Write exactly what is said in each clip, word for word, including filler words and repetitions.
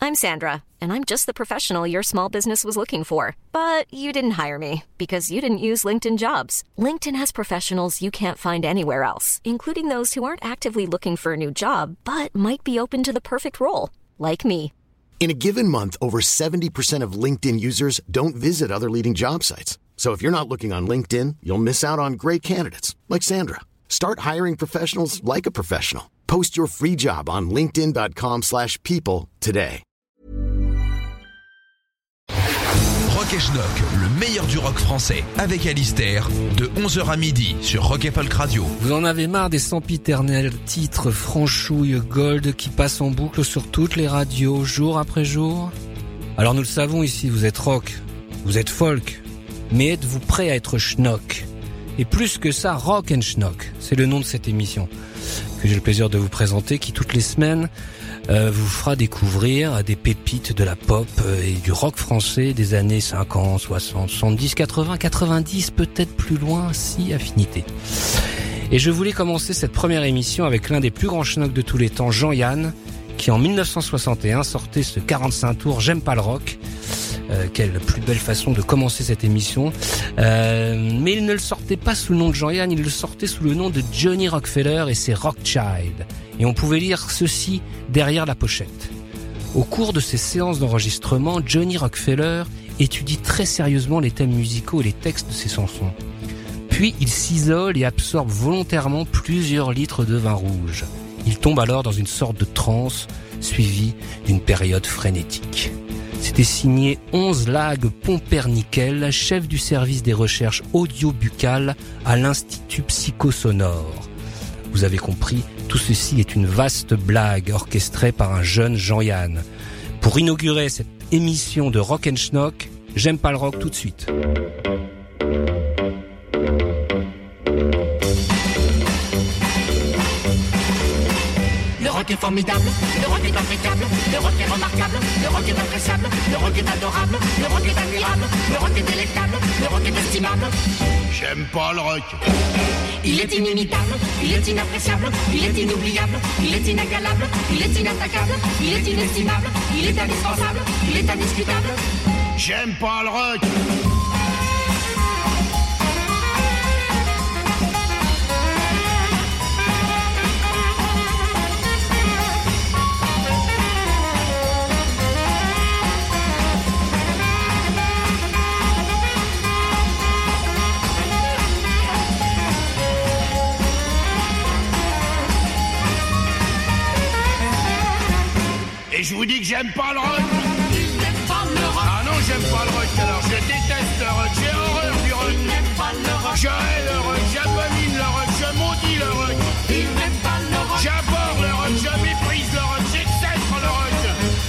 I'm Sandra, and I'm just the professional your small business was looking for. But you didn't hire me because you didn't use LinkedIn Jobs. LinkedIn has professionals you can't find anywhere else, including those who aren't actively looking for a new job, but might be open to the perfect role, like me. In a given month, over seventy percent of LinkedIn users don't visit other leading job sites. So if you're not looking on LinkedIn, you'll miss out on great candidates, like Sandra. Start hiring professionals like a professional. Post your free job on linkedin.com slash people today. Rock et Schnock, le meilleur du rock français, avec Alistair, de onze heures à midi sur Rock et Folk Radio. Vous en avez marre des sempiternels titres franchouille gold qui passent en boucle sur toutes les radios, jour après jour? Alors nous le savons ici, vous êtes rock, vous êtes folk, mais êtes-vous prêt à être schnock? Et plus que ça, Rock and Schnock, c'est le nom de cette émission que j'ai le plaisir de vous présenter, qui toutes les semaines euh, vous fera découvrir des pépites de la pop et du rock français des années cinquante, soixante, soixante-dix, quatre-vingts, quatre-vingt-dix, peut-être plus loin, si affinité. Et je voulais commencer cette première émission avec l'un des plus grands schnocks de tous les temps, Jean-Yann, qui en dix-neuf cent soixante et un sortait ce quarante-cinq tours J'aime pas le rock. Euh, quelle plus belle façon de commencer cette émission. Euh, mais il ne le sortait pas sous le nom de Jean-Yann, il le sortait sous le nom de Johnny Rockefeller et ses Rockchild. Et on pouvait lire ceci derrière la pochette. Au cours de ces séances d'enregistrement, Johnny Rockefeller étudie très sérieusement les thèmes musicaux et les textes de ses chansons. Puis il s'isole et absorbe volontairement plusieurs litres de vin rouge. Il tombe alors dans une sorte de transe, suivie d'une période frénétique. C'était signé Onze Lag Pompernickel, chef du service des recherches audio-buccales à l'Institut Psychosonore. Vous avez compris, tout ceci est une vaste blague orchestrée par un jeune Jean-Yann. Pour inaugurer cette émission de Rock and Schnock, J'aime pas le rock tout de suite. Le rock est formidable, le rock est impeccable, le rock est remarquable, le rock est appréciable, le rock est adorable, le rock est admirable, le rock est délectable, le rock est estimable. J'aime pas le rock. Il est inimitable, il est inappréciable, il est inoubliable, il est inégalable, il est inattaquable, il est inestimable, il est indispensable, il est indiscutable. J'aime pas le rock. Et je vous dis que j'aime pas le rock. Il n'aime pas le rock. Ah non, j'aime pas le rock. Alors je déteste le rock. J'ai horreur du rock. Il n'aime pas le rock. Je hais le rock. J'abomine le rock. Je maudis le rock. Il n'aime pas le rock. J'aborde le rock. Je méprise le rock. J'exècre le rock.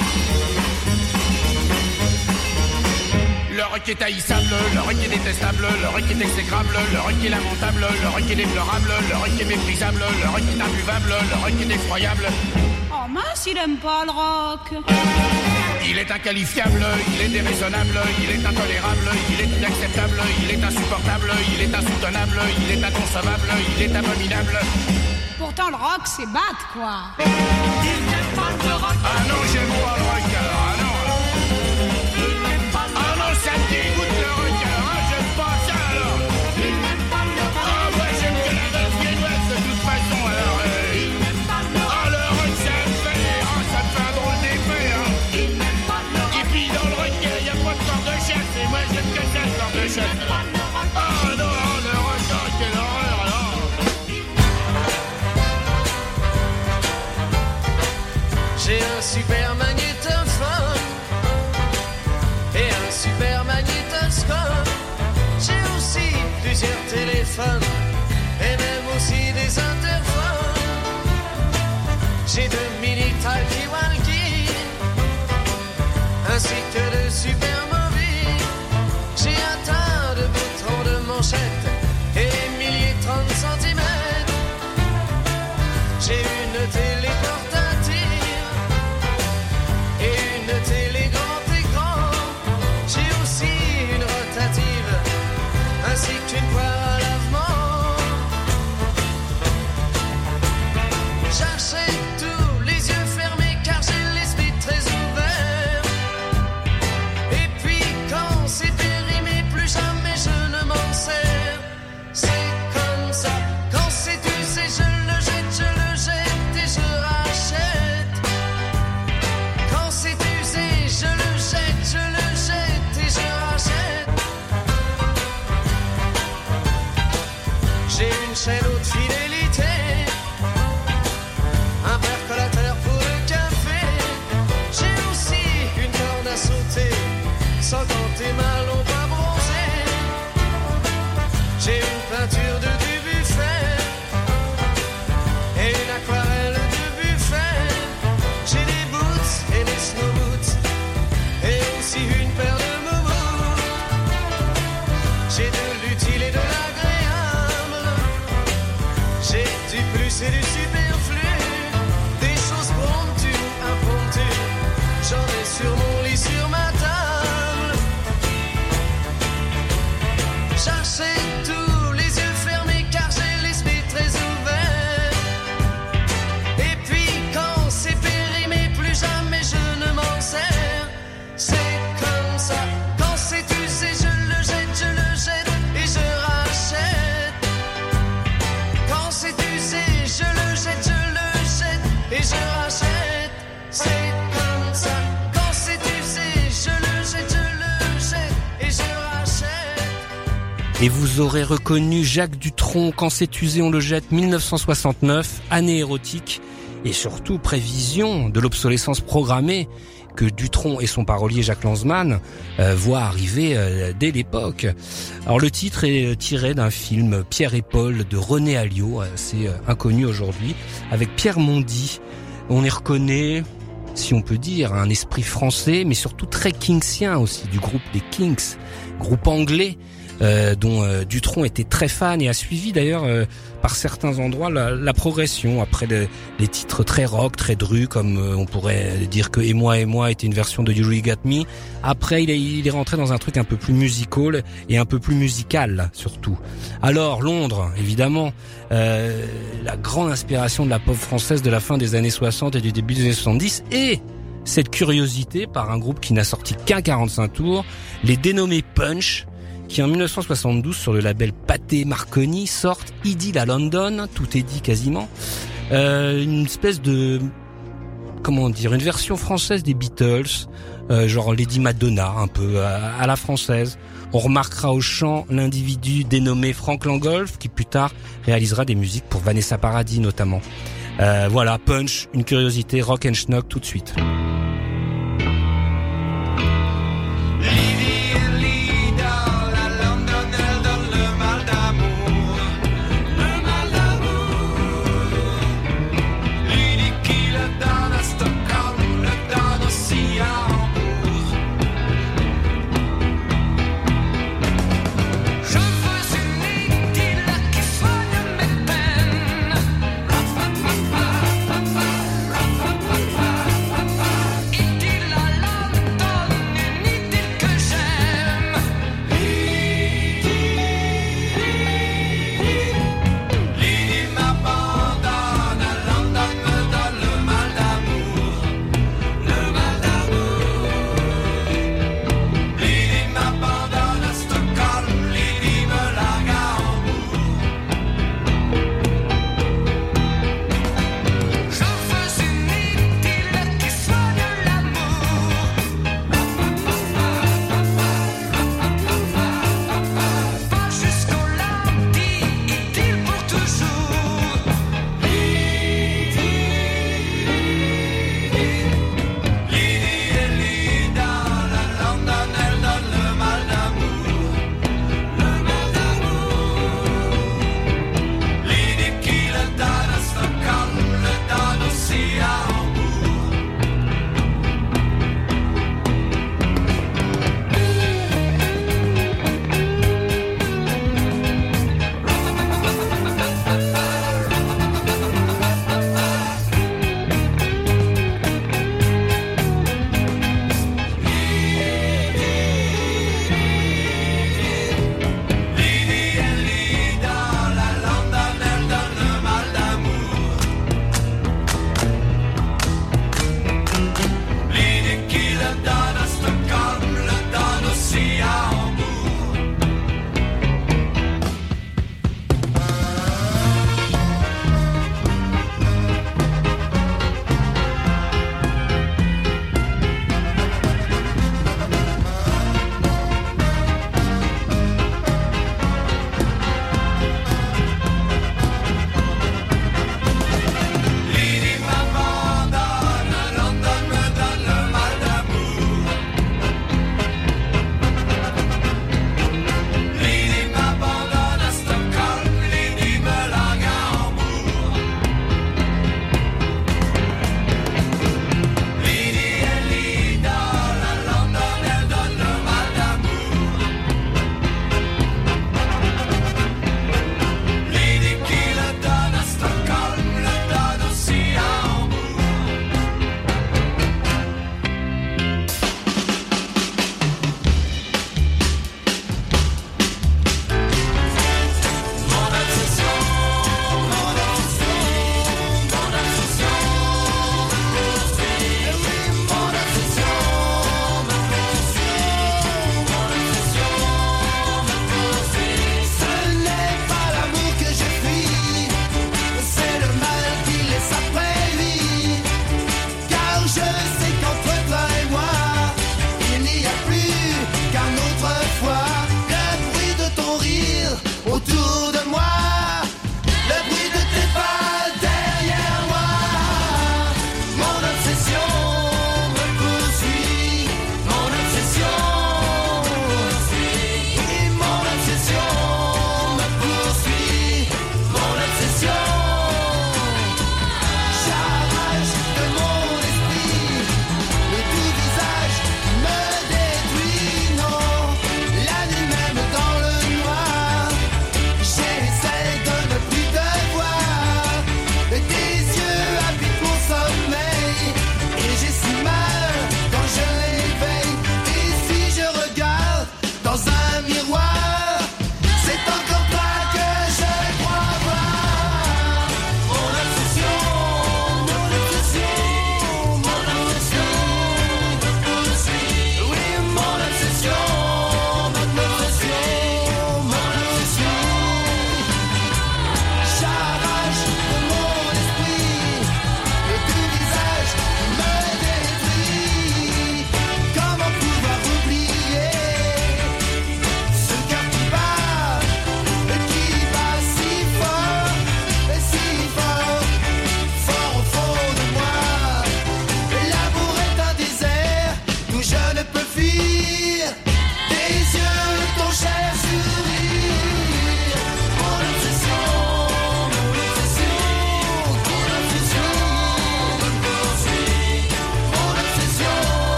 Le rock est haïssable. Le rock est détestable. Le rock est exécrable. Le rock est lamentable. Le rock est déplorable. Le rock est méprisable. Le rock est imbuvable. Le rock est effroyable. Oh mince, il aime pas le rock. Il est inqualifiable, il est déraisonnable, il est intolérable, il est inacceptable, il est insupportable, il est insoutenable, il est inconcevable, il est abominable. Pourtant, le rock, c'est bat, quoi. Il n'aime pas le rock. Ah non, j'aime pas le rock, alors, ah non. Il n'aime pas le rock. Ah non, ça me dégoûte le rock, alors, ah, j'aime pas ça, alors. Il n'aime pas le rock. Ah, moi, j'aime que la danse viennoise, de toute façon, alors. Euh... Il n'aime pas le rock. Ah, le rock, ça me fait, ah, ça me fait un drôle d'effet, hein. Il n'aime pas le rock. Et puis, dans le rock, il n'y a pas de corps de chasse, et moi, j'aime que ça, le corps de chasse. Ah non, le rock, ah, quelle horreur, alors. J'ai un super magnétophone et un super magnétoscope. J'ai aussi plusieurs téléphones et même aussi des interphones. J'ai deux mini talkie-walkie ainsi que de super mobiles. J'ai un tas de boutons de manchette et des milliers de trente centimètres. J'ai une télé portative et une télé grand écran. J'ai aussi une rotative ainsi qu'une poire à lavement. J'achète tout les yeux fermés car j'ai l'esprit très ouvert. tes mains l'ont pas bronzé. J'ai une peinture de Dubuffet et une aquarelle de Buffet. J'ai des boots et des snow boots et aussi une paire de moumous. J'ai de l'utile et de l'agréable. J'ai du plus et du superflu. Des choses promptues, impromptues. J'en ai sur mon lit, sur ma table. J'achète tout, les yeux fermés car j'ai l'esprit très ouvert. Et puis quand c'est périmé, plus jamais je ne m'en sers. C'est comme ça, quand c'est usé, je le jette, je le jette et je rachète. Quand c'est usé, je le jette, je le jette et je rachète. C'est comme ça, quand c'est usé, je le jette, je le jette et je rachète. Et vous aurez reconnu Jacques Dutronc, Quand c'est usé on le jette, dix-neuf cent soixante-neuf, année érotique et surtout prévision de l'obsolescence programmée que Dutronc et son parolier Jacques Lanzmann euh, voient arriver euh, dès l'époque. Alors le titre est tiré d'un film Pierre et Paul de René Alliot, assez euh, inconnu aujourd'hui, avec Pierre Mondy. On y reconnaît, si on peut dire, un esprit français, mais surtout très kingsien aussi, du groupe des Kings, groupe anglais, euh, dont euh, Dutronc était très fan et a suivi d'ailleurs euh, par certains endroits la, la progression après le, les titres très rock, très dru, comme euh, on pourrait dire que Et moi et moi était une version de You Really Got Me. Après il est, il est rentré dans un truc un peu plus musical et un peu plus musical surtout. Alors Londres, évidemment, euh, la grande inspiration de la pop française de la fin des années soixante et du début des années soixante-dix, et cette curiosité par un groupe qui n'a sorti qu'un quarante-cinq tours, les dénommés Punch, qui en dix-neuf cent soixante-douze sur le label Pathé Marconi sortent Idylle à London, tout est dit quasiment, euh, une espèce de, comment dire, une version française des Beatles, euh, genre Lady Madonna un peu à, à la française. On remarquera au chant l'individu dénommé Frank Langolf qui plus tard réalisera des musiques pour Vanessa Paradis notamment. Euh, voilà, Punch, une curiosité rock and schnock tout de suite. Bye.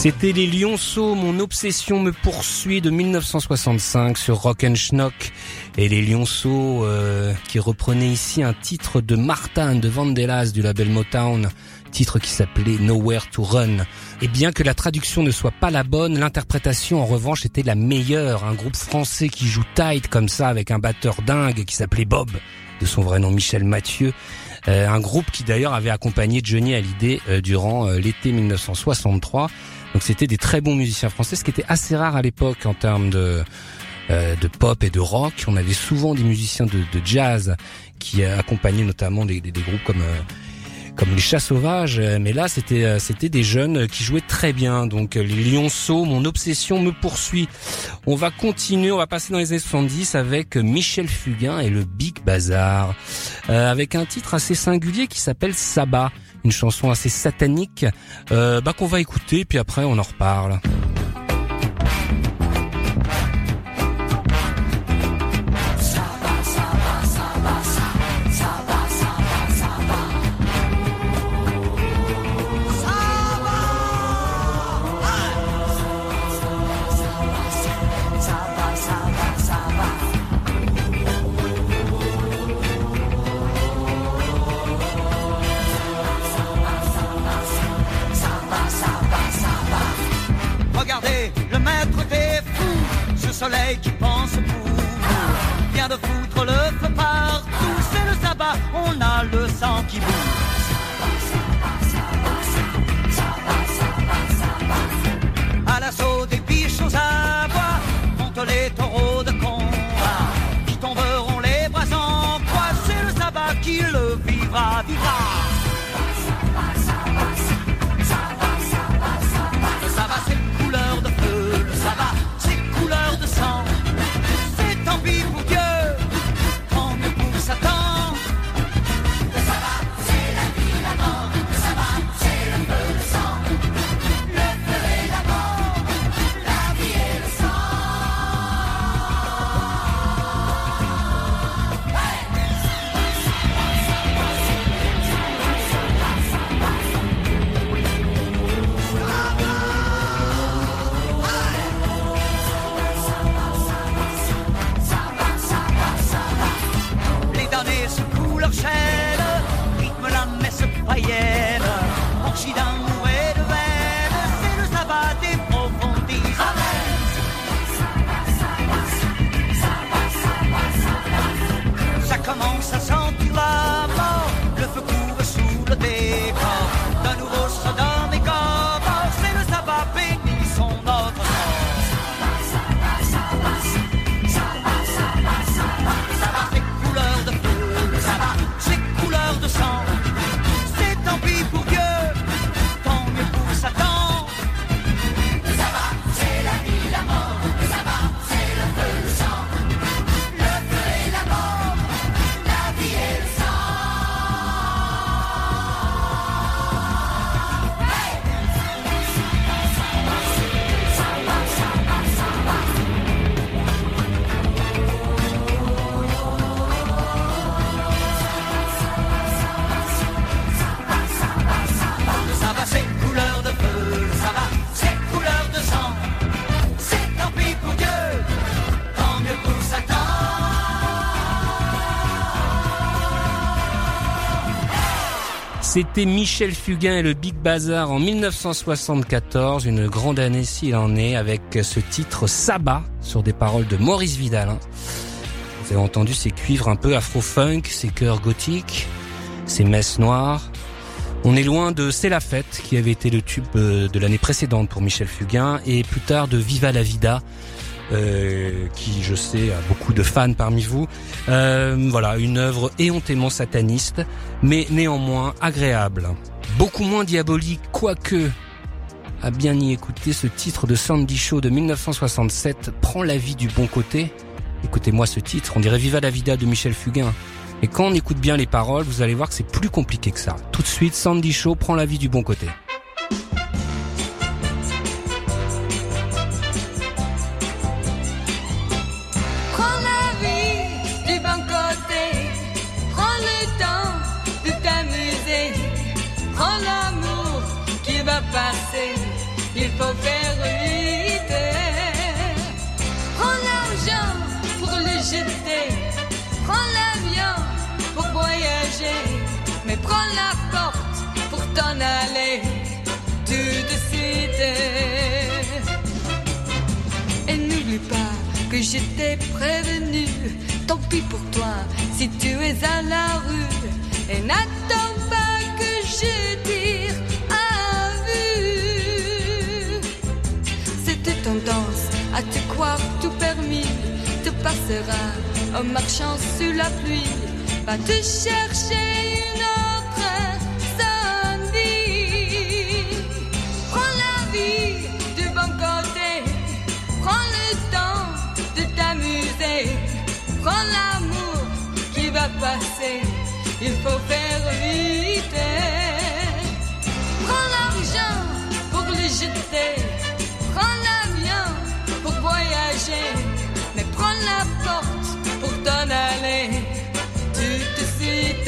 C'était les Lionceaux, mon obsession me poursuit de mille neuf cent soixante-cinq sur Rock and Schnock. Et les Lionceaux euh, qui reprenaient ici un titre de Martha and the Vandellas du label Motown, titre qui s'appelait Nowhere to Run. Et bien que la traduction ne soit pas la bonne, l'interprétation en revanche était la meilleure. Un groupe français qui joue tight comme ça avec un batteur dingue qui s'appelait Bob, de son vrai nom Michel Mathieu. Euh, un groupe qui d'ailleurs avait accompagné Johnny Hallyday euh, durant euh, l'été mille neuf cent soixante-trois. Donc c'était des très bons musiciens français, ce qui était assez rare à l'époque en termes de euh, de pop et de rock. On avait souvent des musiciens de, de jazz qui accompagnaient notamment des, des, des groupes comme euh, comme les Chats Sauvages, mais là c'était c'était des jeunes qui jouaient très bien. Donc les Lionceaux, mon obsession me poursuit. On va continuer, on va passer dans les années soixante-dix avec Michel Fugain et le Big Bazar, euh, avec un titre assez singulier qui s'appelle Sabbat, une chanson assez satanique, euh, bah qu'on va écouter puis après on en reparle. Soleil qui pense pour vient de foutre le feu partout, c'est le sabbat, on a le sang qui bout. À l'assaut des biches aux abois, montent les taureaux de combat, qui tomberont les bras en croix, c'est le sabbat qui le vivra, vivra. Le sabbat c'est couleur de feu, le sabbat couleur de sang, c'est tant pis pour Dieu, tant mieux pour Satan. Le sabbat, c'est la vie, la mort, le sabbat, c'est le feu, le sang, le feu et la mort, la vie et le sang. Rythme la messe païenne, orgie d'amour et de veine, c'est le sabbat des profondies. Amen. Ça commence à sentir la mort, le feu court sous le décor d'un nouveau Sodome et Gomorrhe, c'est le sabbat, bénissons notre mort. Le sabbat c'est couleur de feu, le sabbat c'est couleur de sang, c'est tant pis pour Dieu, tant mieux pour Satan. Le sabbat, c'est la vie, la mort, le sabbat, c'est le feu, le sang, le feu et la mort, la vie et le sang. Hey! C'était Michel Fugain et le Big Bazar en mille neuf cent soixante-quatorze, une grande année s'il en est, avec ce titre Sabbat sur des paroles de Maurice Vidal. Vous avez entendu ces cuivres un peu afro-funk, ces chœurs gothiques, ces messes noires. On est loin de C'est la fête, qui avait été le tube de l'année précédente pour Michel Fugain, et plus tard de Viva la vida, euh, qui, je sais, a beaucoup de fans parmi vous. Euh, voilà, une œuvre éhontément sataniste, mais néanmoins agréable. Beaucoup moins diabolique, quoique, à bien y écouter, ce titre de Sandy Shaw de mille neuf cent soixante-sept prend la vie du bon côté. Écoutez-moi ce titre, on dirait Viva la vida de Michel Fugain. Et quand on écoute bien les paroles, vous allez voir que c'est plus compliqué que ça. Tout de suite, Sandy Shaw prend la vie du bon côté. Prends la vie du bon côté, prends le temps de t'amuser, prends l'amour qui va passer, il faut jeter. Prends l'avion pour voyager, mais prends la porte pour t'en aller tout de suite. Et n'oublie pas que je t'ai prévenu, tant pis pour toi si tu es à la rue. Et n'attends pas que je tire à vue. Cette tendance à te croire tout permis te passera en marchant sous la pluie. Va te chercher une autre samedi. Prends la vie du bon côté, prends le temps de t'amuser, prends l'amour qui va passer, il faut faire vite. Prends l'argent pour le jeter, prends l'avion pour voyager, mais prends la porte pour t'en aller tout de suite.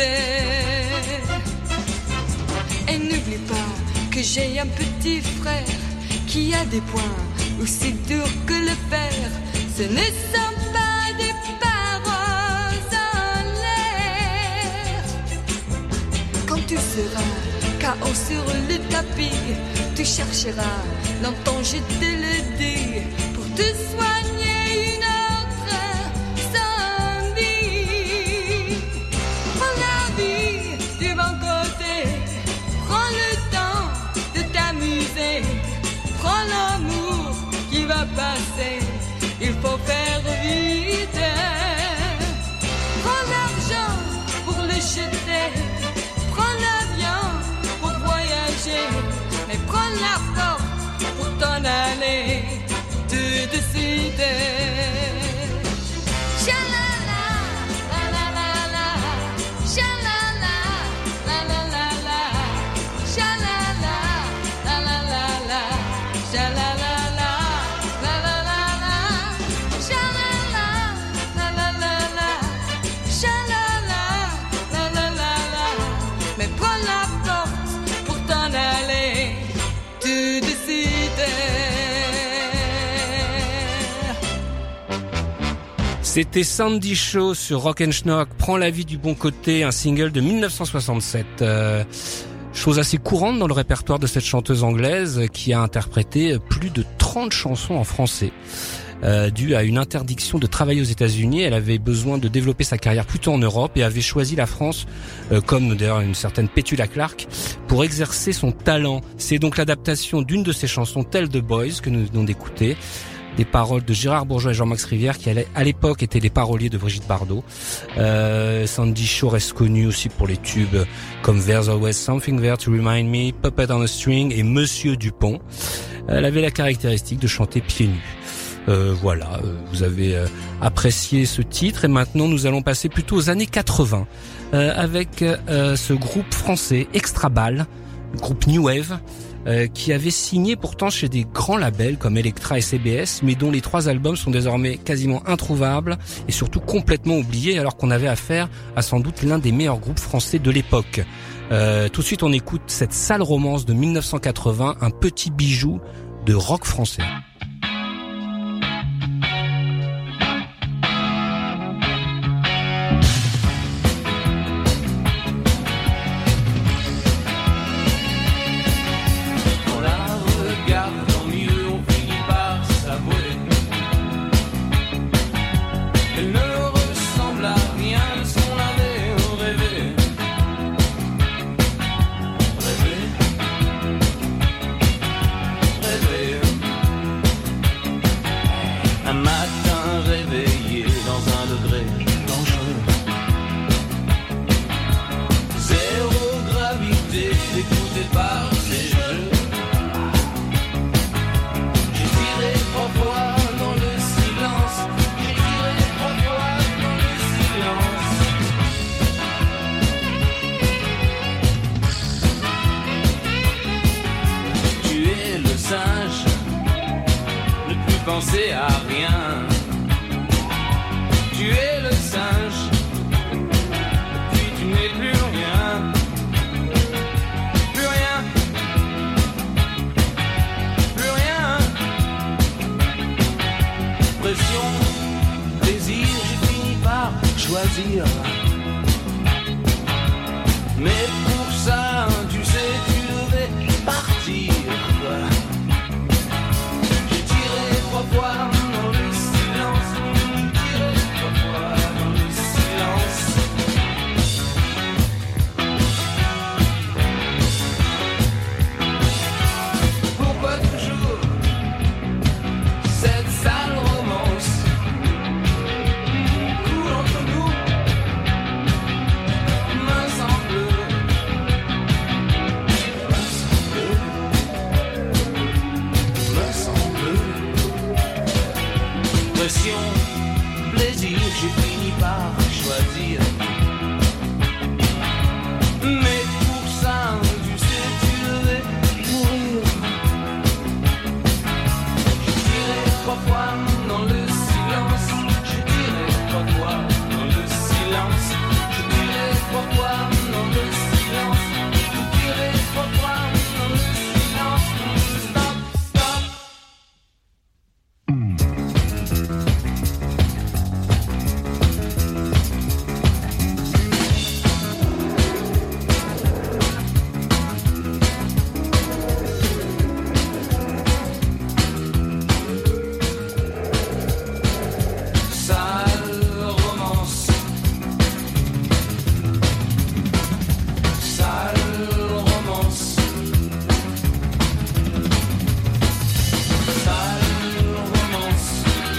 Et n'oublie pas que j'ai un petit frère qui a des poings aussi durs que le fer. Ce ne sont pas des paroles en l'air. Quand tu seras K O sur le tapis, tu chercheras longtemps, je te le dis, pour te soigner une autre samedi. Prends la vie du bon côté, prends le temps de t'amuser, prends l'amour qui va passer, il faut faire vite. Prends l'argent pour le jeter, prends l'avion pour voyager, mais prends la porte pour t'en aller tout de suite. Cha-la-la, la-la-la-la, cha-la-la, la-la-la-la, cha-la-la, la-la-la-la, cha-la-la-la, la-la-la-la, cha-la-la, la-la-la-la, cha-la-la, la-la-la-la, mais prends la porte pour t'en aller tout de suite. C'était Sandy Shaw sur Rock and Schnock, Prends la vie du bon côté, un single de dix-neuf cent soixante-sept. Euh, chose assez courante dans le répertoire de cette chanteuse anglaise qui a interprété plus de trente chansons en français. Euh, due à une interdiction de travailler aux États-Unis, elle avait besoin de développer sa carrière plutôt en Europe et avait choisi la France, euh, comme d'ailleurs une certaine Petula Clark, pour exercer son talent. C'est donc l'adaptation d'une de ses chansons, Tell the Boys, que nous venons d'écouter. Des paroles de Gérard Bourgeois et Jean-Max Rivière qui à l'époque étaient les paroliers de Brigitte Bardot. Euh, Sandy Shaw reste connue aussi pour les tubes comme There's Always Something There to Remind Me, Puppet on a String et Monsieur Dupont. Elle avait la caractéristique de chanter pieds nus. Euh, voilà, euh, vous avez euh, apprécié ce titre et maintenant nous allons passer plutôt aux années quatre-vingts euh, avec euh, ce groupe français Extra Ball, groupe New Wave, Euh, qui avait signé pourtant chez des grands labels comme Elektra et C B S, mais dont les trois albums sont désormais quasiment introuvables et surtout complètement oubliés, alors qu'on avait affaire à sans doute l'un des meilleurs groupes français de l'époque. Euh, tout de suite, on écoute cette sale romance de dix-neuf cent quatre-vingts, un petit bijou de rock français. penser à rien. Tu es le singe, puis tu n'es plus rien. Plus rien. Plus rien. Pression, désir, j'ai fini pas choisir. Mais pour ça, tu sais, tu devais partir. J'ai tiré trois fois dans le silence. J'ai tiré trois fois dans le silence. Pourquoi toujours cette sale romance coule entre nous, me semble, me semble, me semble. Pression, plaisir, j'ai fini par choisir. Mais pour ça, tu sais, tu devais mourir. Je dirais trois fois dans le silence. Je dirais trois fois dans le silence. Je dirais trois fois dans le silence. Je dirais trois fois dans le silence. Stop, stop. Sale romance. Sale romance. Sale romance.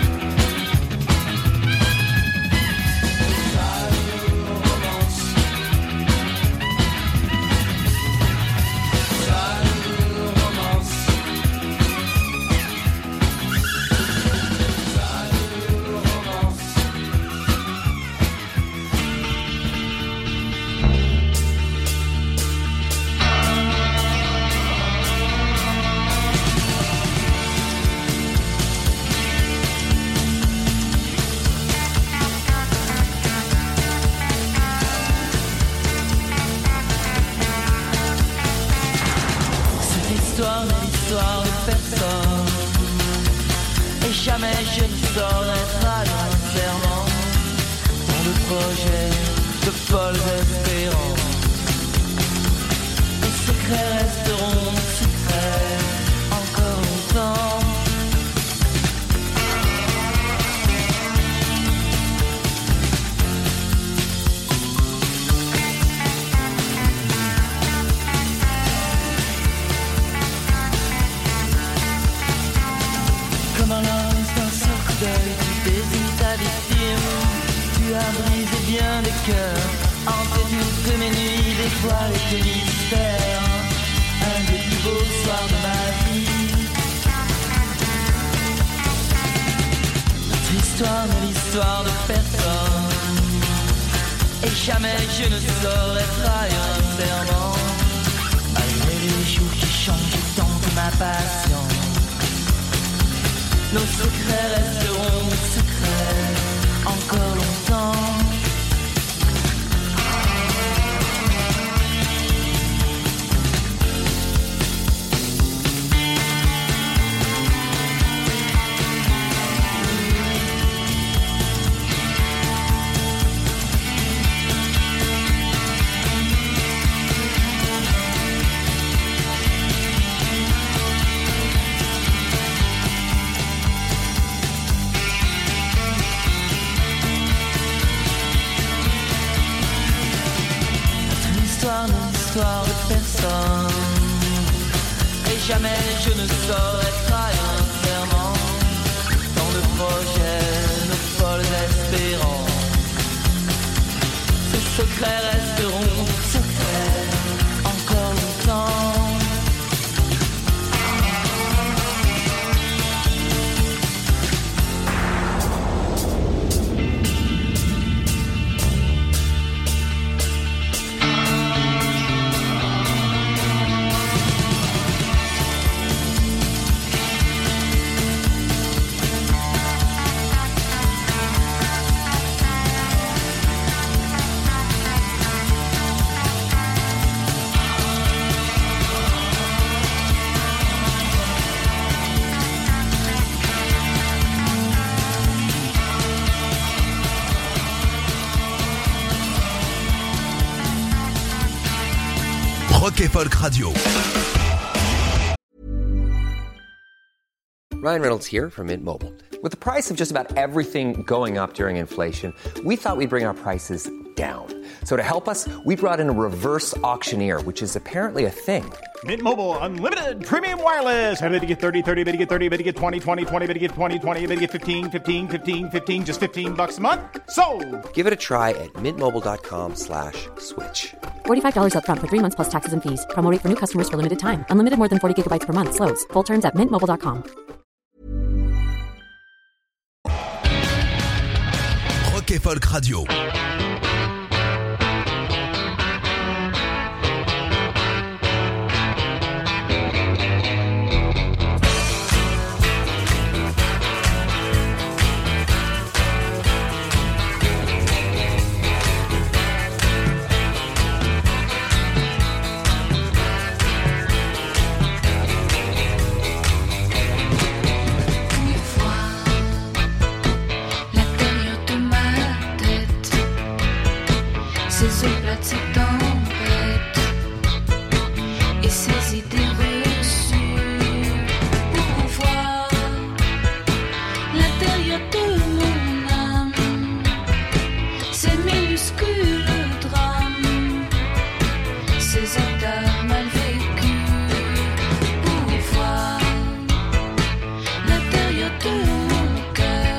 Sale romance. Sale romance. Cette histoire n'est l'histoire de personne. Et jamais je ne saurais trahir un serment. Tant de projets, de folles espérances. Les secrets resteront secrets encore longtemps. Comme un lance d'un seul coup d'œil, tu désignes ta victime. Tu as brisé bien des cœurs, hanté toutes mes nuits, des voiles et tes mystères. Un des plus beaux soirs de ma vie. Notre histoire n'est l'histoire de personne. Et jamais je ne saurais trahir un serment. Malgré les jours qui changent tant que ma patience. Nos secrets resteront secrets encore longtemps. L'histoire de personne. Et jamais je ne saurais trahir un serment. Tant de projets, de folles espérances. Ces secrets resteront secrets encore longtemps. Rock et Folk Radio. Ryan Reynolds here from Mint Mobile. With the price of just about everything going up during inflation, we thought we'd bring our prices down. So to help us, we brought in a reverse auctioneer, which is apparently a thing. Mint Mobile Unlimited Premium Wireless. How to get thirty, thirty, how to get thirty, how to get twenty, twenty, twenty, how to get twenty, twenty, how to get fifteen, fifteen, fifteen, fifteen, just fifteen bucks a month? Sold! Give it a try at mintmobile.com slash switch. forty-five dollars up front for three months plus taxes and fees. Promo rate for new customers for limited time. Unlimited more than forty gigabytes per month. Slows full terms at mint mobile dot com. Rock et Folk Radio.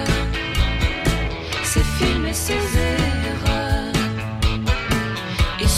Ses films et ses erreurs. Et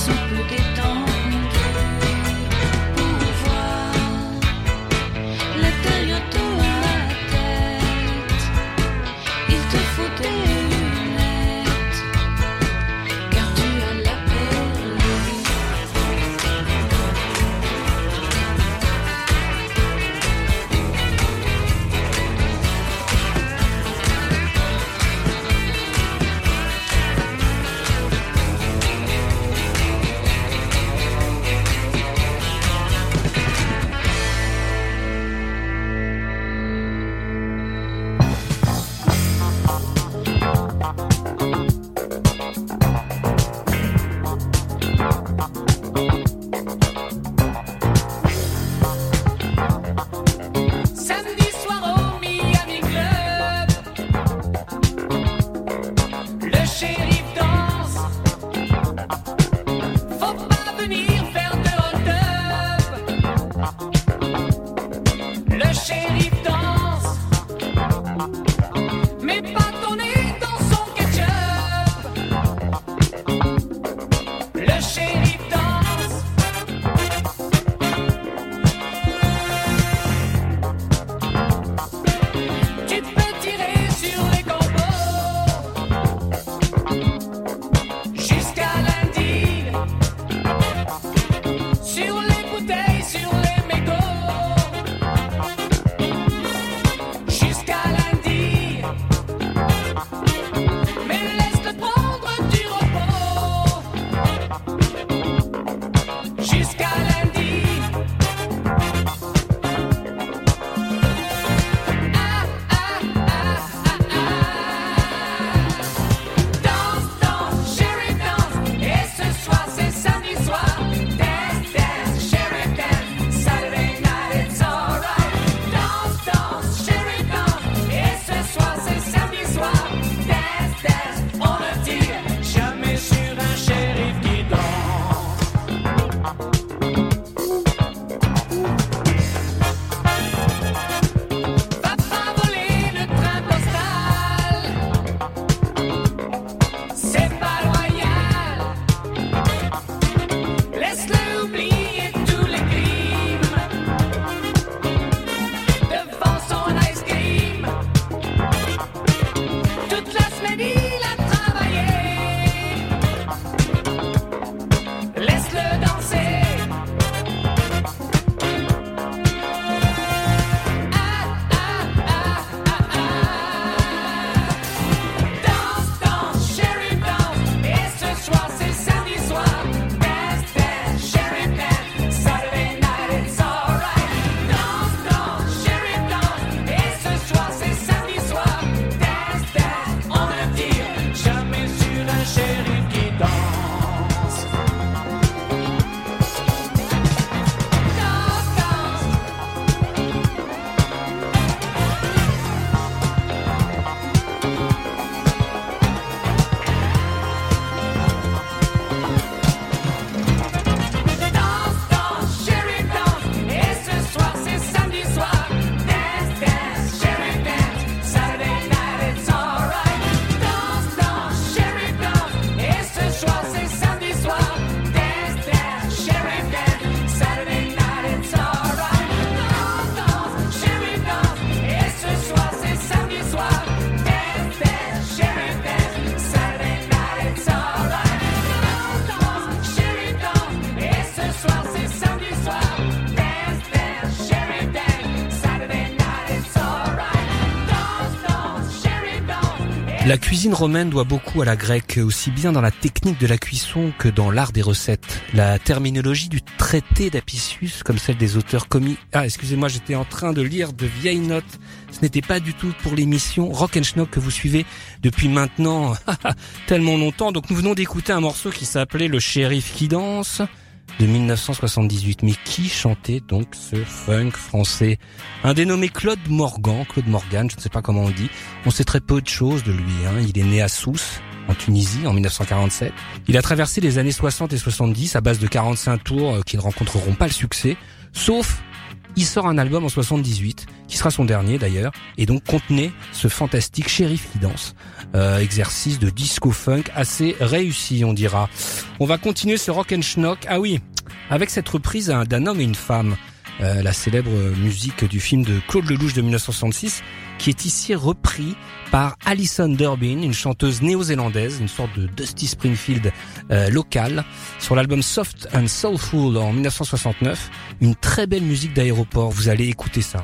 La cuisine romaine doit beaucoup à la grecque, aussi bien dans la technique de la cuisson que dans l'art des recettes. La terminologie du traité d'Apicius, comme celle des auteurs commis... Ah, excusez-moi, j'étais en train de lire de vieilles notes. Ce n'était pas du tout pour l'émission Rock and Schnock que vous suivez depuis maintenant tellement longtemps. Donc nous venons d'écouter un morceau qui s'appelait Le Shérif qui danse de mille neuf cent soixante-dix-huit. Mais qui chantait donc ce funk français? Un dénommé Claude Morgan, Claude Morgan, je ne sais pas comment on le dit. On sait très peu de choses de lui, hein. Il est né à Sousse, en Tunisie, en mille neuf cent quarante-sept. Il a traversé les années soixante et soixante-dix à base de quarante-cinq tours euh, qui ne rencontreront pas le succès, sauf il sort un album en soixante-dix-huit, qui sera son dernier d'ailleurs, et donc contenait ce fantastique Shérif qui danse. Euh, exercice de disco-funk assez réussi, on dira. On va continuer ce Rock and Schnock, ah oui, avec cette reprise d'un homme et une femme. Euh, la célèbre musique du film de Claude Lelouch de mille neuf cent soixante-six, qui est ici repris par Alison Durbin, une chanteuse néo-zélandaise, une sorte de Dusty Springfield euh, locale, sur l'album Soft and Soulful en mille neuf cent soixante-neuf. Une très belle musique d'aéroport, vous allez écouter ça.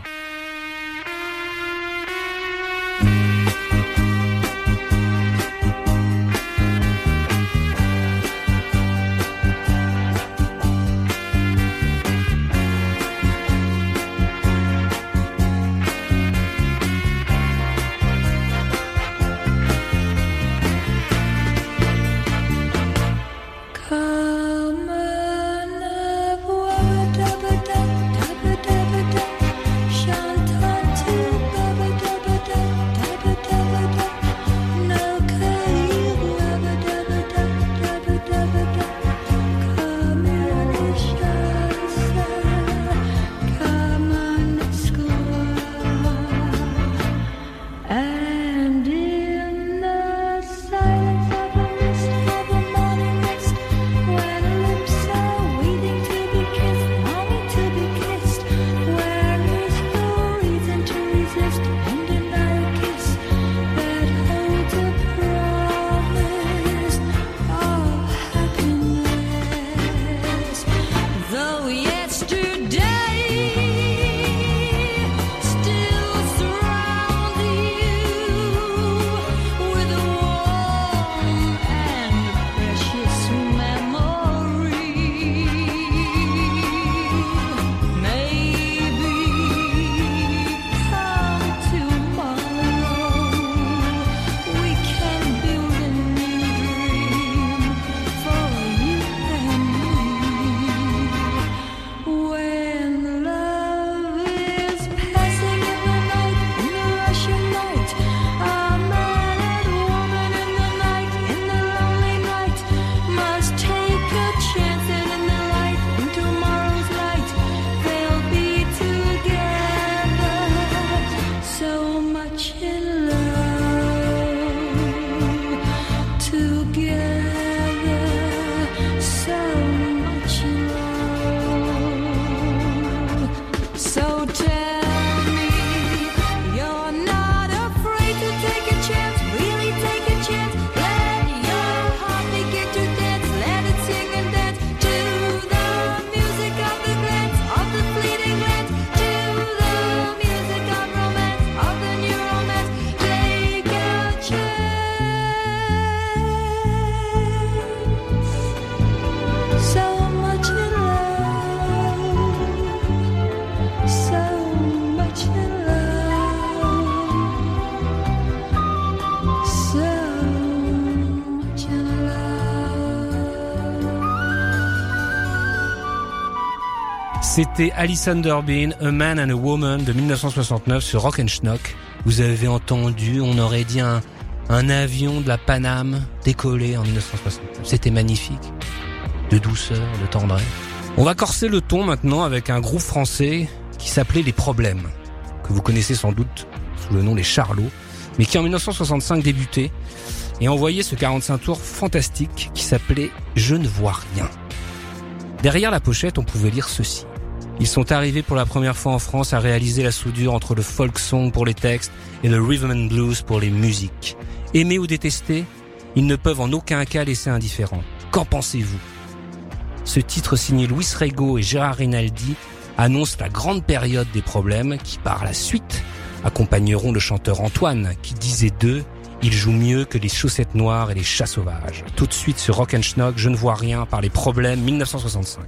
C'était Alison Durbin, A Man and a Woman de mille neuf cent soixante-neuf sur Rock and Schnock. Vous avez entendu, on aurait dit un, un avion de la Paname décoller en mille neuf cent soixante-neuf. C'était magnifique. De douceur, de tendresse. On va corser le ton maintenant avec un groupe français qui s'appelait Les Problèmes, que vous connaissez sans doute sous le nom Les Charlots, mais qui en mille neuf cent soixante-cinq débutait et envoyait ce quarante-cinq tours fantastique qui s'appelait Je ne vois rien. Derrière la pochette, on pouvait lire ceci. Ils sont arrivés pour la première fois en France à réaliser la soudure entre le folk song pour les textes et le rhythm and blues pour les musiques. Aimés ou détestés, ils ne peuvent en aucun cas laisser indifférents. Qu'en pensez-vous ? Ce titre signé Luis Rego et Gérard Rinaldi annonce la grande période des Problèmes qui par la suite accompagneront le chanteur Antoine qui disait d'eux Il joue mieux que les Chaussettes Noires et les Chats Sauvages. Tout de suite sur Rock and Schnock, Je ne vois rien par les Problèmes, dix-neuf cent soixante-cinq.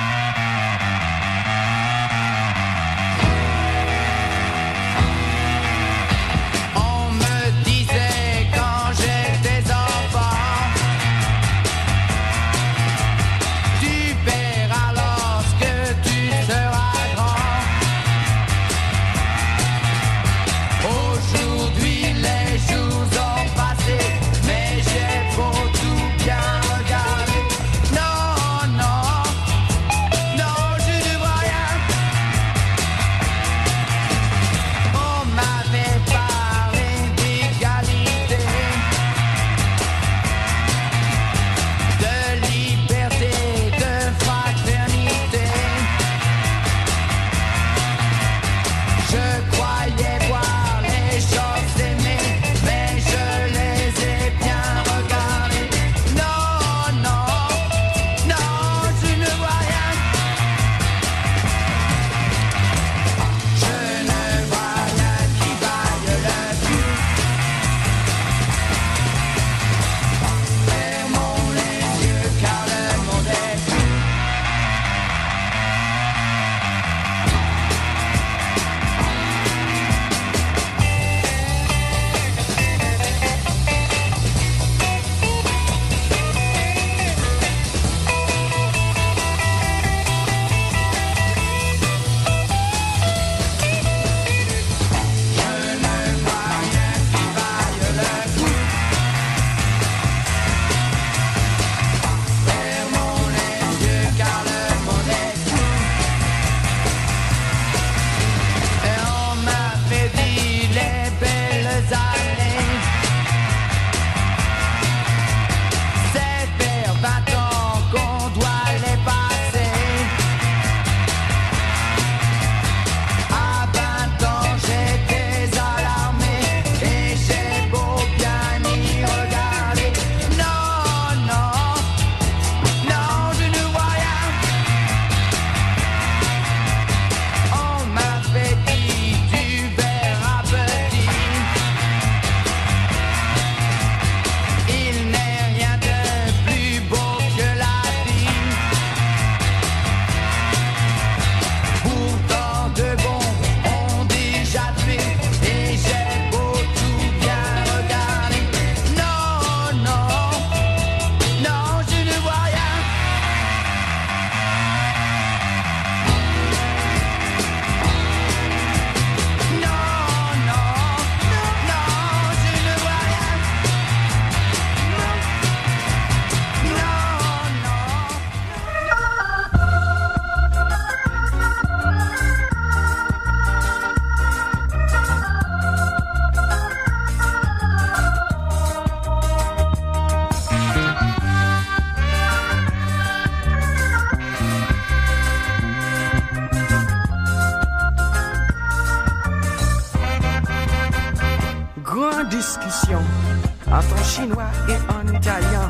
Discussion entre un chinois et un italien.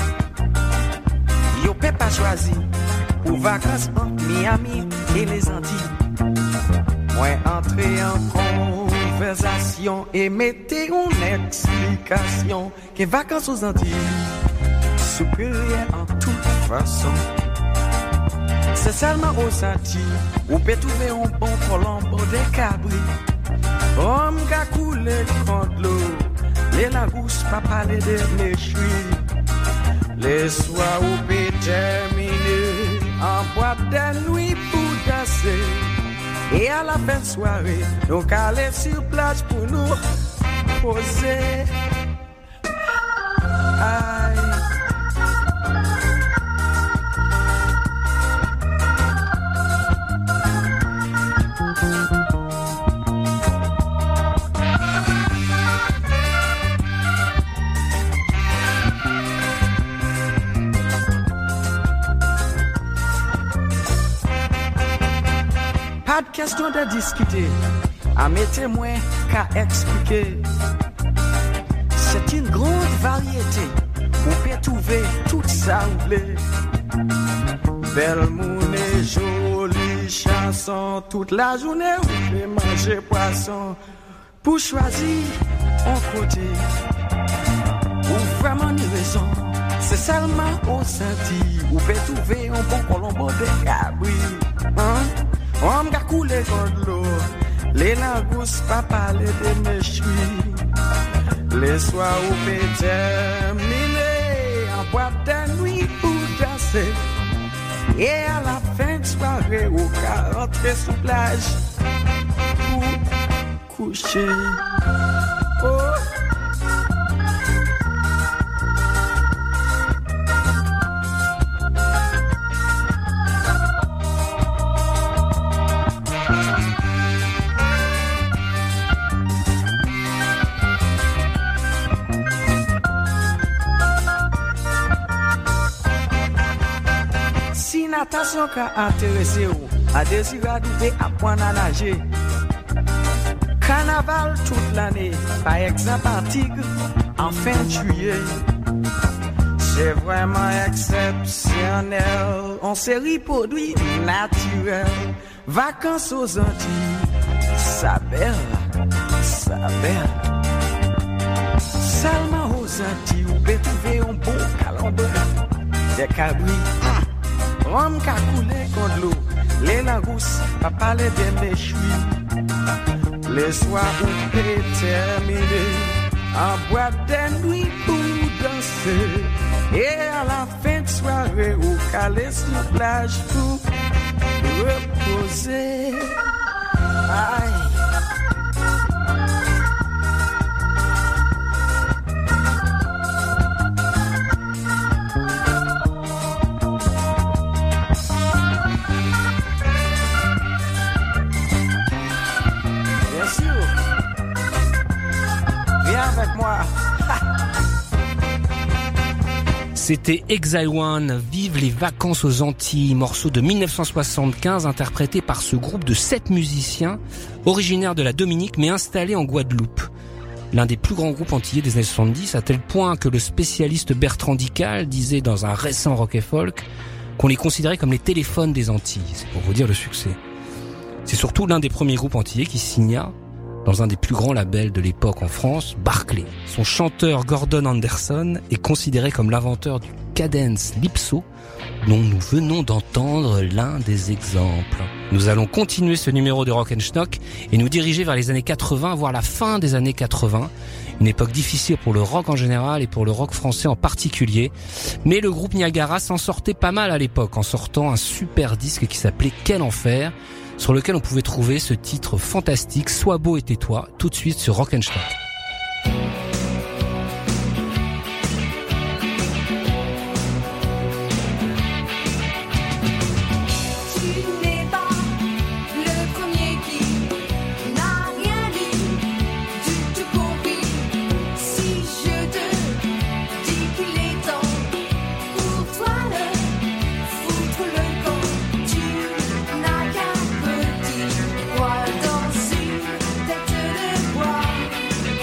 Yo peut pas choisi pour vacances en Miami et les Antilles. Moi entrer en conversation et mettez une explication que vacances aux Antilles supérieures en toute façon. C'est seulement aux Antilles où peut trouver un bon colombo de cabri. Homme qu'a coulé contre l'eau, les lagousses pas parler de méchoui. Les soirs où peut terminer en boîte de nuit pour danser. Et à la fin de soirée, nous caler sur plage pour nous poser. Aïe. Pas de question de discuter, à mes témoins qu'à expliquer. C'est une grande variété, on peut trouver tout ça ou blé. Belle moune et jolie chanson, toute la journée on peut manger poisson. Pour choisir un côté, ou vraiment une raison. C'est seulement au senti où peut trouver un bon colombo de cabri. Hein? On m'a coulé comme l'eau. Les langoustes pas parler de méchoui. Les soirs où peut terminer en boîte de nuit pour danser. Et à la fin de soirée où qu'à rentrer sous plage pour coucher. Oh. Natation qu'a intéressé ou a désiré et apprendre à nager. Carnaval toute l'année, par exemple Antigua, en fin de juillet. C'est vraiment exceptionnel. On série produits naturels. Vacances aux Antilles, ça belle, ça belle. Seulement aux Antilles, où peut trouver un beau calendrier. Des cabris. Rome qu'a coulé contre l'eau, les langoustes, pas parler de méchoui. Les soirs où peut terminer, en boîte de nuit pour danser. Et à la fin de soirée, où caler sur la plage pour reposer. Aïe. C'était Exile One, Vive les vacances aux Antilles, morceau de dix-neuf cent soixante-quinze interprété par ce groupe de sept musiciens, originaires de la Dominique mais installés en Guadeloupe. L'un des plus grands groupes antillais des années soixante-dix, à tel point que le spécialiste Bertrand Dical disait dans un récent Rock et Folk qu'on les considérait comme les téléphones des Antilles. C'est pour vous dire le succès. C'est surtout l'un des premiers groupes antillais qui signa dans un des plus grands labels de l'époque en France, Barclay. Son chanteur Gordon Anderson est considéré comme l'inventeur du cadence Lipso, dont nous venons d'entendre l'un des exemples. Nous allons continuer ce numéro de Rock and Schnock et nous diriger vers les années quatre-vingts, voire la fin des années quatre-vingts. Une époque difficile pour le rock en général et pour le rock français en particulier. Mais le groupe Niagara s'en sortait pas mal à l'époque en sortant un super disque qui s'appelait Quel Enfer, sur lequel on pouvait trouver ce titre fantastique, Sois beau et tais-toi, tout de suite sur Rock and Schnock. Danser, tête de bois.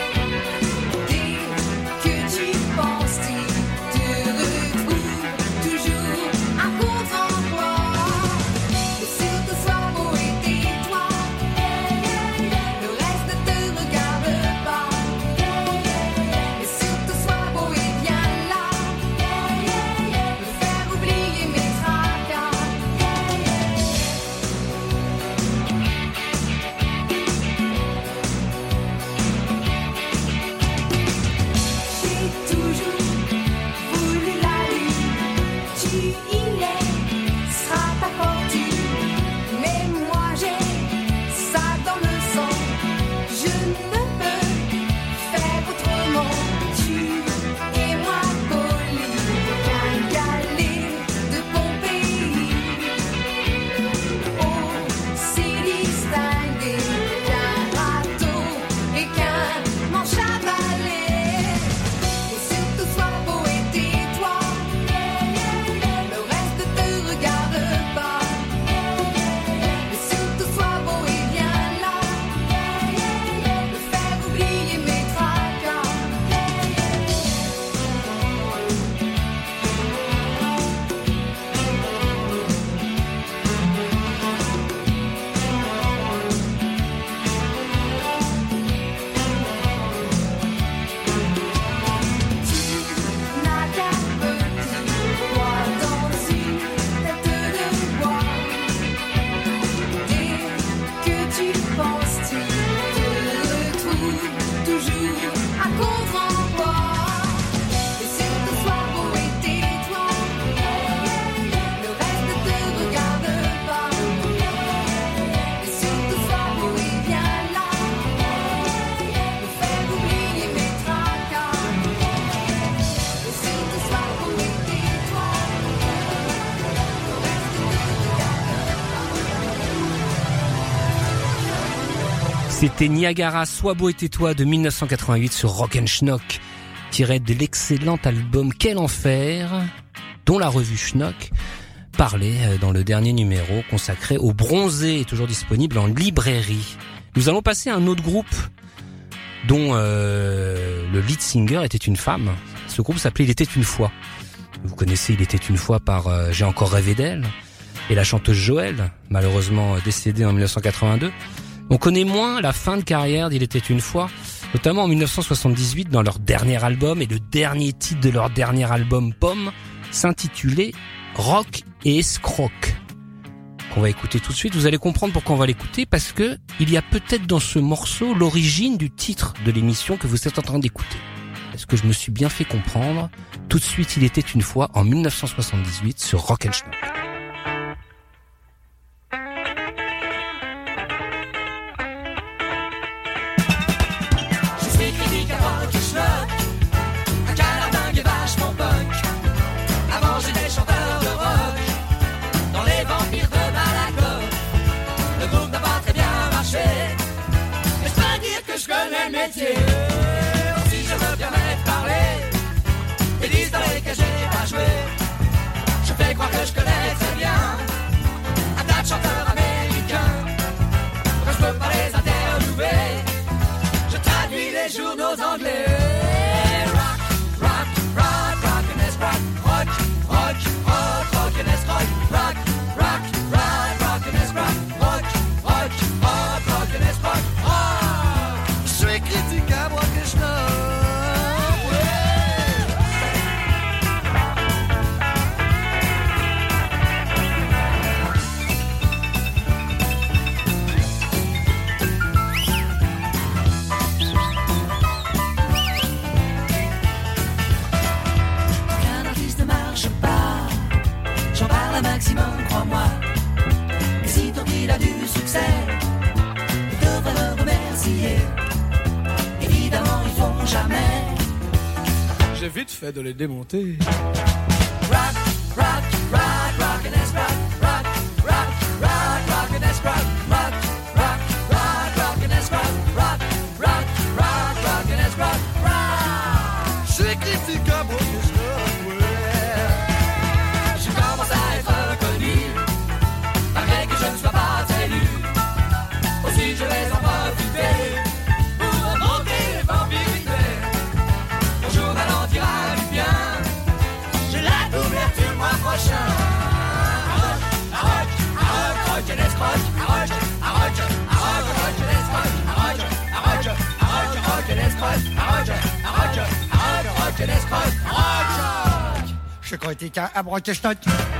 C'était Niagara, Sois beau et tais-toi de mille neuf cent quatre-vingt-huit sur Rock and Schnock, tiré de l'excellent album Quel enfer, dont la revue Schnock parlait dans le dernier numéro consacré au Bronzé, toujours disponible en librairie. Nous allons passer à un autre groupe dont euh, le lead singer était une femme. Ce groupe s'appelait Il était une fois. Vous connaissez Il était une fois par euh, J'ai encore rêvé d'elle et la chanteuse Joëlle, malheureusement décédée en mille neuf cent quatre-vingt-deux. On connaît moins la fin de carrière d'Il était une fois, notamment en mille neuf cent soixante-dix-huit dans leur dernier album, et le dernier titre de leur dernier album Pomme s'intitulait Rock et Escroc, qu'on va écouter tout de suite. Vous allez comprendre pourquoi on va l'écouter, parce que il y a peut-être dans ce morceau l'origine du titre de l'émission que vous êtes en train d'écouter. Est-ce que je me suis bien fait comprendre? Tout de suite, Il était une fois en mille neuf cent soixante-dix-huit sur Rock and Schnock. Si je veux bien m'être parlé, ils disent dans les que j'ai pas joué. Je fais croire que je connais très bien un tas de chanteurs américains, quand je peux pas les interviewer, je traduis les journaux anglais. Rock, rock, rock, rock and escroc, rock, rock, rock, rock and escroc, rock, rock, rock, rock and escroc, rock, rock, rock, rock and escroc, rock. Critique à Rock and Schnock, qu'un artiste ne marche pas, j'en parle un maximum, crois-moi. Et si tant qu'il a du succès, il devrait me remercier. Évidemment, ils font jamais. J'ai vite fait de les démonter. Rock, rock, rock, rock and escroc, rock, rock, rock, rock and escroc, rock, rock, rock, rock and escroc, rock, rock, rock, rock and escroc, rock. Je suis critique à Rock and Schnock, ouais. Je commence à être connu, malgré que je ne sois pas élu. Aussi je vais en profiter. Prochain. Rock, rock, rock, rock and escroc, rock, rock, rock, rock and escroc, rock, rock, rock, rock and escroc, rock, rock, rock, rock and escroc, rock. Je suis critique à Rock and Schnock.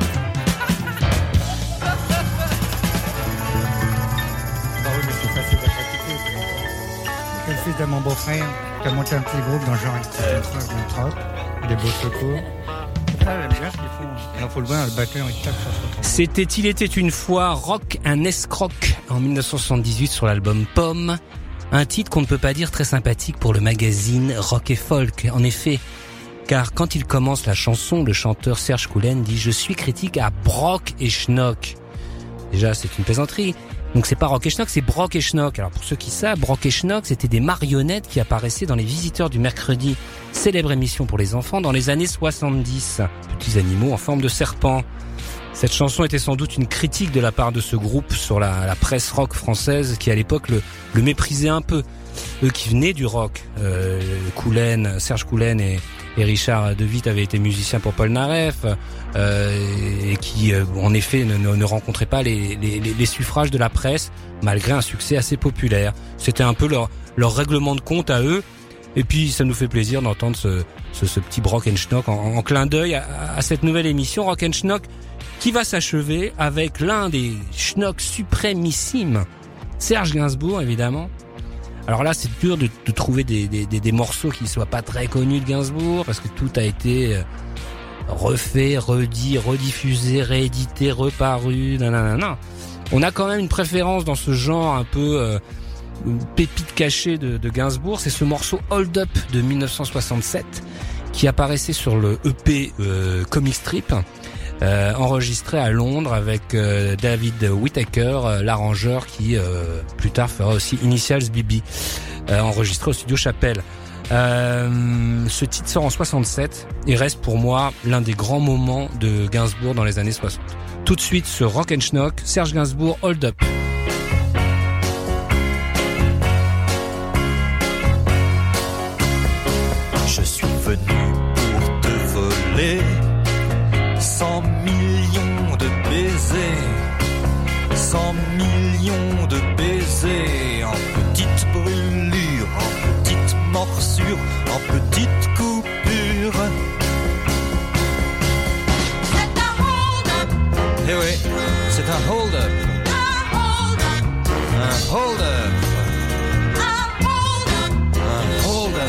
Bah oui, mais c'est facile à critiquer. C'est le fils de mon beau-frère qui a monté un petit groupe dans le genre un troc, des beaux secours. Il faut le voir, le batteur, il tape sur son. C'était Il était une fois, Rock un escroc en mille neuf cent soixante-dix-huit sur l'album Pomme. Un titre qu'on ne peut pas dire très sympathique pour le magazine Rock et Folk. En effet, car quand il commence la chanson, le chanteur Serge Coulen dit « Je suis critique à Brock et Schnock ». Déjà, c'est une plaisanterie. Donc c'est pas Rock et Schnock, c'est Brock et Schnock. Alors pour ceux qui savent, Brock et Schnock, c'était des marionnettes qui apparaissaient dans Les Visiteurs du mercredi, célèbre émission pour les enfants dans les années soixante-dix. Petits animaux en forme de serpent. Cette chanson était sans doute une critique de la part de ce groupe sur la, la presse rock française qui à l'époque le, le méprisait un peu. Eux qui venaient du rock, euh, Coulen, Serge Coulen et, et Richard De Witte avaient été musiciens pour Paul Naref, euh, et qui euh, en effet ne, ne, ne rencontraient pas les, les, les suffrages de la presse malgré un succès assez populaire. C'était un peu leur, leur règlement de compte à eux. Et puis ça nous fait plaisir d'entendre ce, ce, ce petit Rock and Schnock en, en clin d'œil à, à cette nouvelle émission Rock and Schnock qui va s'achever avec l'un des Schnock suprêmissimes, Serge Gainsbourg évidemment. Alors là, c'est dur de, de trouver des, des, des, des morceaux qui soient pas très connus de Gainsbourg parce que tout a été refait, redit, rediffusé, réédité, reparu. Nanana. On a quand même une préférence dans ce genre un peu euh, pépite cachée de, de Gainsbourg. C'est ce morceau Hold Up de mille neuf cent soixante-sept qui apparaissait sur le E P euh, Comic Strip. euh, enregistré à Londres avec euh, David Whittaker, euh, l'arrangeur qui euh, plus tard fera aussi Initials B B, euh, enregistré au studio Chapelle. Euh, ce titre sort en soixante-sept et reste pour moi l'un des grands moments de Gainsbourg dans les années soixante. Tout de suite sur Rock and Schnock, Serge Gainsbourg, Hold Up. Je suis venu pour te voler cent millions de baisers, cent millions de baisers en petites brûlures, en petites morsures, en petites coupures. C'est un hold-up. Eh oui, c'est un hold-up. Un hold-up. Un hold-up. Un hold-up. Un hold-up.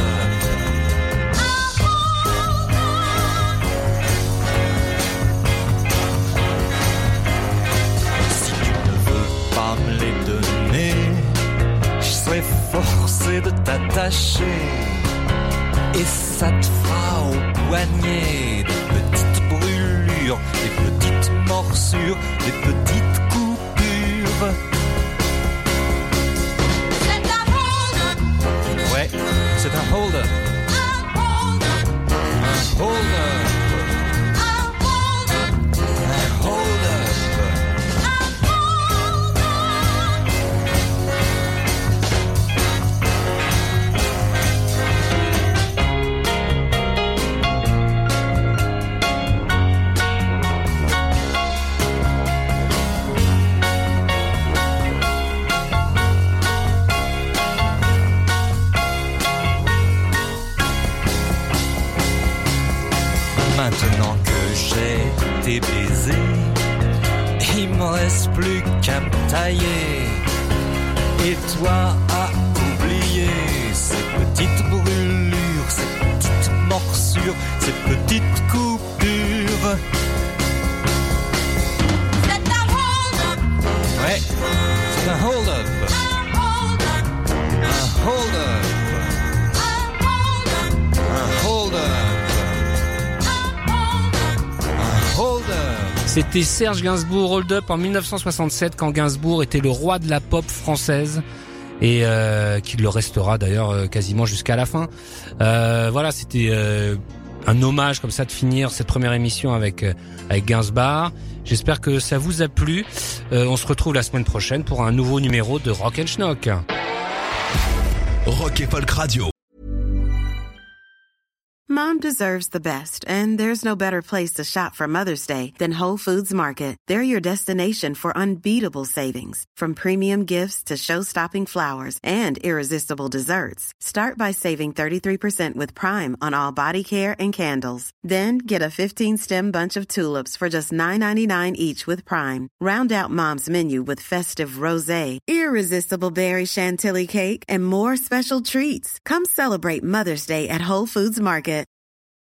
Si tu ne veux pas me les donner, je serai forcé de t'attacher. Et ça te fera au poignet des petites brûlures, des petites morsures, des petites coupures. C'est un hold-up. Ouais, c'est un hold-up. Un hold-up. Un hold-up. Un hold-up. Un hold-up. Maintenant que j'ai tes baisers, il me reste plus qu'à me tailler. Et toi à oublier ces petites brûlures, ces petites morsures, ces petites coupures. C'est un hold-up. Ouais, c'est un hold-up. Un hold-up. Un hold-up. Un hold-up. Un hold-up. C'était Serge Gainsbourg, Hold Up en dix-neuf cent soixante-sept, quand Gainsbourg était le roi de la pop française et euh, qu'il le restera d'ailleurs euh, quasiment jusqu'à la fin. Euh, voilà, c'était euh, un hommage comme ça de finir cette première émission avec euh, avec Gainsbourg. J'espère que ça vous a plu. Euh, on se retrouve la semaine prochaine pour un nouveau numéro de Rock and Schnock. Rock et Folk Radio. Mom deserves the best, and there's no better place to shop for Mother's Day than Whole Foods Market. They're your destination for unbeatable savings, from premium gifts to show-stopping flowers and irresistible desserts. Start by saving thirty-three percent with Prime on all body care and candles. Then get a fifteen-stem bunch of tulips for just nine ninety-nine each with Prime. Round out Mom's menu with festive rosé, irresistible berry chantilly cake, and more special treats. Come celebrate Mother's Day at Whole Foods Market.